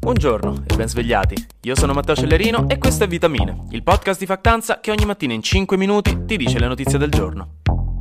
Buongiorno e ben svegliati. Io sono Matteo Cellerino e questo è Vitamine, il podcast di Factanza che ogni mattina in 5 minuti ti dice le notizie del giorno.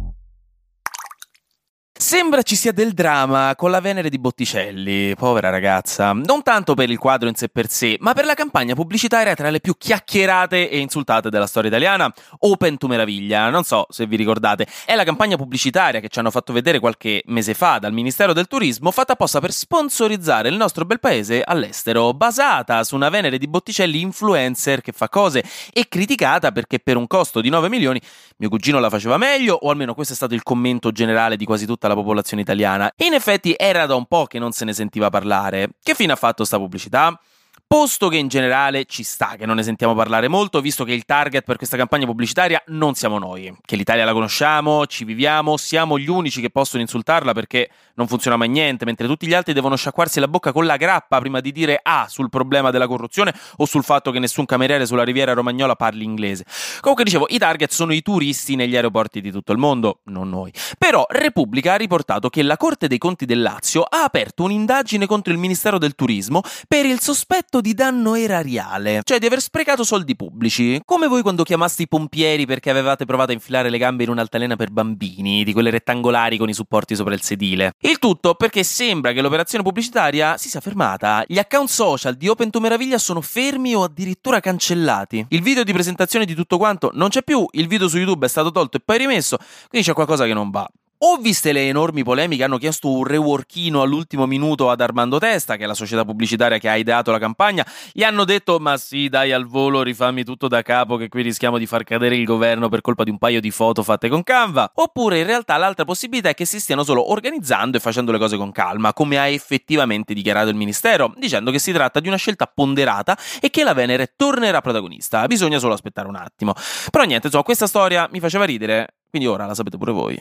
Sembra ci sia del dramma con la Venere di Botticelli, povera ragazza. Non tanto per il quadro in sé per sé, ma per la campagna pubblicitaria tra le più chiacchierate e insultate della storia italiana, Open to Meraviglia. Non so se vi ricordate, è la campagna pubblicitaria che ci hanno fatto vedere qualche mese fa dal Ministero del Turismo, fatta apposta per sponsorizzare il nostro bel paese all'estero, basata su una Venere di Botticelli influencer che fa cose e criticata perché per un costo di 9 milioni mio cugino la faceva meglio, o almeno questo è stato il commento generale di quasi tutta la popolazione italiana. E in effetti era da un po' che non se ne sentiva parlare. Che fine ha fatto sta pubblicità? Posto che in generale ci sta che non ne sentiamo parlare molto, visto che il target per questa campagna pubblicitaria non siamo noi, che l'Italia la conosciamo, ci viviamo, siamo gli unici che possono insultarla perché non funziona mai niente, mentre tutti gli altri devono sciacquarsi la bocca con la grappa prima di dire A sul problema della corruzione o sul fatto che nessun cameriere sulla Riviera Romagnola parli inglese. Comunque dicevo, i target sono i turisti negli aeroporti di tutto il mondo, non noi. Però Repubblica ha riportato che la Corte dei Conti del Lazio ha aperto un'indagine contro il Ministero del Turismo per il sospetto di danno erariale, cioè di aver sprecato soldi pubblici, come voi quando chiamaste i pompieri perché avevate provato a infilare le gambe in un'altalena per bambini, di quelle rettangolari con i supporti sopra il sedile. Il tutto perché sembra che l'operazione pubblicitaria si sia fermata. Gli account social di Open to Meraviglia sono fermi o addirittura cancellati. Il video di presentazione di tutto quanto non c'è più, il video su YouTube è stato tolto e poi rimesso, quindi c'è qualcosa che non va. O viste le enormi polemiche hanno chiesto un reworkino all'ultimo minuto ad Armando Testa, che è la società pubblicitaria che ha ideato la campagna, gli hanno detto ma sì dai al volo rifammi tutto da capo che qui rischiamo di far cadere il governo per colpa di un paio di foto fatte con Canva. Oppure in realtà l'altra possibilità è che si stiano solo organizzando e facendo le cose con calma, come ha effettivamente dichiarato il Ministero, dicendo che si tratta di una scelta ponderata e che la Venere tornerà protagonista, bisogna solo aspettare un attimo. Però niente, insomma, questa storia mi faceva ridere, quindi ora la sapete pure voi.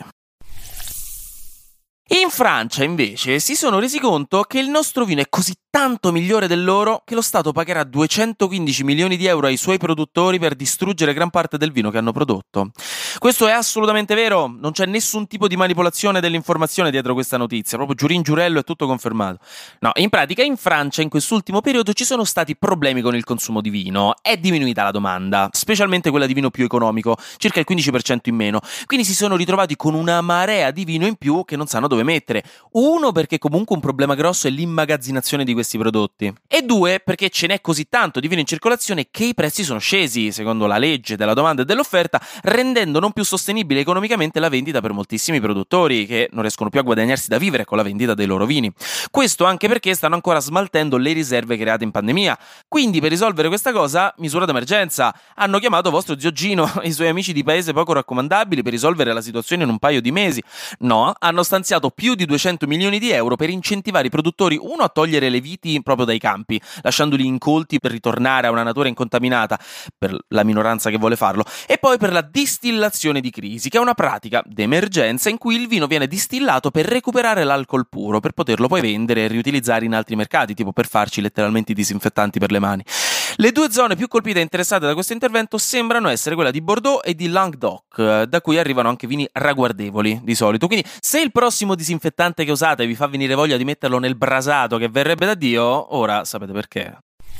In Francia, invece, si sono resi conto che il nostro vino è così tanto migliore del loro che lo Stato pagherà 215 milioni di euro ai suoi produttori per distruggere gran parte del vino che hanno prodotto. Questo è assolutamente vero, non c'è nessun tipo di manipolazione dell'informazione dietro questa notizia, proprio giurin giurello è tutto confermato. No, in pratica in Francia in quest'ultimo periodo ci sono stati problemi con il consumo di vino, è diminuita la domanda, specialmente quella di vino più economico, circa il 15% in meno, quindi si sono ritrovati con una marea di vino in più che non sanno dove mettere. Uno, perché comunque un problema grosso è l'immagazzinazione di questi prodotti. E due, perché ce n'è così tanto di vino in circolazione che i prezzi sono scesi, secondo la legge della domanda e dell'offerta, rendendo non più sostenibile economicamente la vendita per moltissimi produttori che non riescono più a guadagnarsi da vivere con la vendita dei loro vini. Questo anche perché stanno ancora smaltendo le riserve create in pandemia. Quindi per risolvere questa cosa, misura d'emergenza. Hanno chiamato vostro zio Gino e i suoi amici di paese poco raccomandabili per risolvere la situazione in un paio di mesi. No, hanno stanziato più di 200 milioni di euro per incentivare i produttori, uno, a togliere le viti proprio dai campi, lasciandoli incolti per ritornare a una natura incontaminata, per la minoranza che vuole farlo, e poi per la distillazione di crisi, che è una pratica d'emergenza in cui il vino viene distillato per recuperare l'alcol puro, per poterlo poi vendere e riutilizzare in altri mercati, tipo per farci letteralmente i disinfettanti per le mani. Le due zone più colpite e interessate da questo intervento sembrano essere quella di Bordeaux e di Languedoc, da cui arrivano anche vini ragguardevoli di solito. Quindi se il prossimo disinfettante che usate vi fa venire voglia di metterlo nel brasato che verrebbe da Dio, ora sapete perché.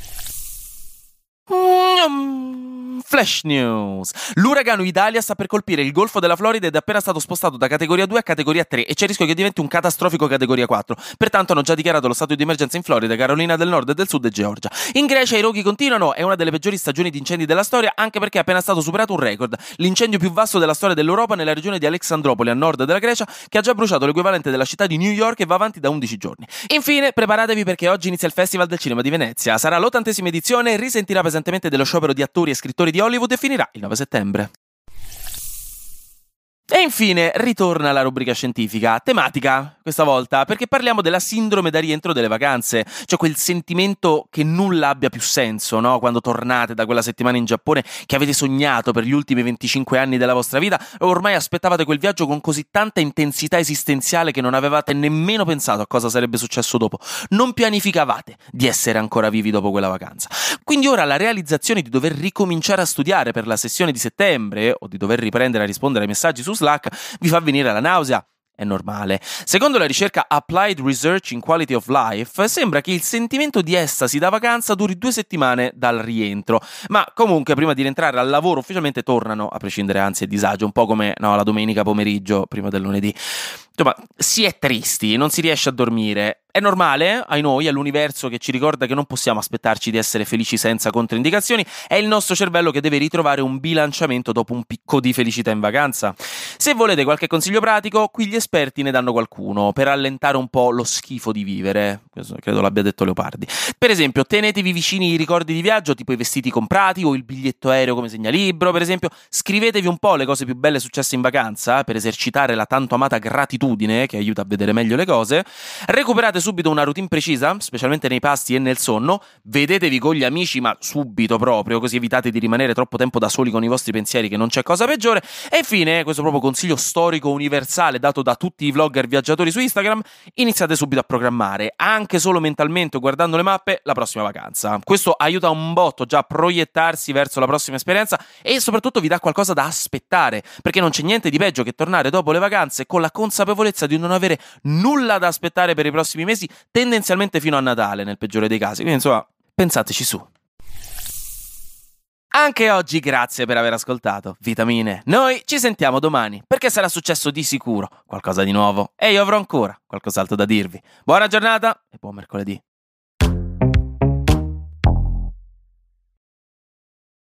Flash News. L'uragano Idalia sta per colpire il Golfo della Florida ed è appena stato spostato da categoria 2 a categoria 3 e c'è il rischio che diventi un catastrofico categoria 4. Pertanto hanno già dichiarato lo stato di emergenza in Florida, Carolina del Nord e del Sud e Georgia. In Grecia i roghi continuano, è una delle peggiori stagioni di incendi della storia, anche perché è appena stato superato un record, l'incendio più vasto della storia dell'Europa nella regione di Alexandropoli a nord della Grecia, che ha già bruciato l'equivalente della città di New York e va avanti da 11 giorni. Infine, preparatevi perché oggi inizia il Festival del Cinema di Venezia. Sarà l'80ª edizione, risentirà pesantemente dello sciopero di attori e scrittori di Hollywood e finirà il 9 settembre. E infine ritorna la rubrica scientifica, tematica questa volta, perché parliamo della sindrome da rientro delle vacanze, cioè quel sentimento che nulla abbia più senso, no? Quando tornate da quella settimana in Giappone che avete sognato per gli ultimi 25 anni della vostra vita, ormai aspettavate quel viaggio con così tanta intensità esistenziale che non avevate nemmeno pensato a cosa sarebbe successo dopo, non pianificavate di essere ancora vivi dopo quella vacanza. Quindi ora la realizzazione di dover ricominciare a studiare per la sessione di settembre o di dover riprendere a rispondere ai messaggi su Slack vi fa venire la nausea. è normale. Secondo la ricerca Applied Research in Quality of Life, sembra che il sentimento di estasi da vacanza duri 2 settimane dal rientro, ma comunque prima di rientrare al lavoro ufficialmente tornano a prescindere ansia e disagio, un po' come la domenica pomeriggio prima del lunedì. Insomma, si è tristi, non si riesce a dormire. È normale, ai noi, all'universo che ci ricorda che non possiamo aspettarci di essere felici senza controindicazioni, è il nostro cervello che deve ritrovare un bilanciamento dopo un picco di felicità in vacanza. Se volete qualche consiglio pratico, qui gli esperti ne danno qualcuno per allentare un po' lo schifo di vivere. Questo credo l'abbia detto Leopardi. Per esempio, tenetevi vicini i ricordi di viaggio, tipo i vestiti comprati o il biglietto aereo come segnalibro, per esempio. Scrivetevi un po' le cose più belle successe in vacanza per esercitare la tanto amata gratitudine che aiuta a vedere meglio le cose. Recuperate subito una routine precisa, specialmente nei pasti e nel sonno. Vedetevi con gli amici, ma subito proprio, così evitate di rimanere troppo tempo da soli con i vostri pensieri, che non c'è cosa peggiore. E infine, questo proprio consiglio storico universale dato da tutti i vlogger viaggiatori su Instagram: iniziate subito a programmare, anche solo mentalmente o guardando le mappe, la prossima vacanza. Questo aiuta un botto già a proiettarsi verso la prossima esperienza e soprattutto vi dà qualcosa da aspettare, perché non c'è niente di peggio che tornare dopo le vacanze con la consapevolezza di non avere nulla da aspettare per i prossimi mesi, tendenzialmente fino a Natale nel peggiore dei casi. Quindi insomma, pensateci su. Anche oggi grazie per aver ascoltato Vitamine. Noi ci sentiamo domani, perché sarà successo di sicuro qualcosa di nuovo e io avrò ancora qualcos'altro da dirvi. Buona giornata e buon mercoledì.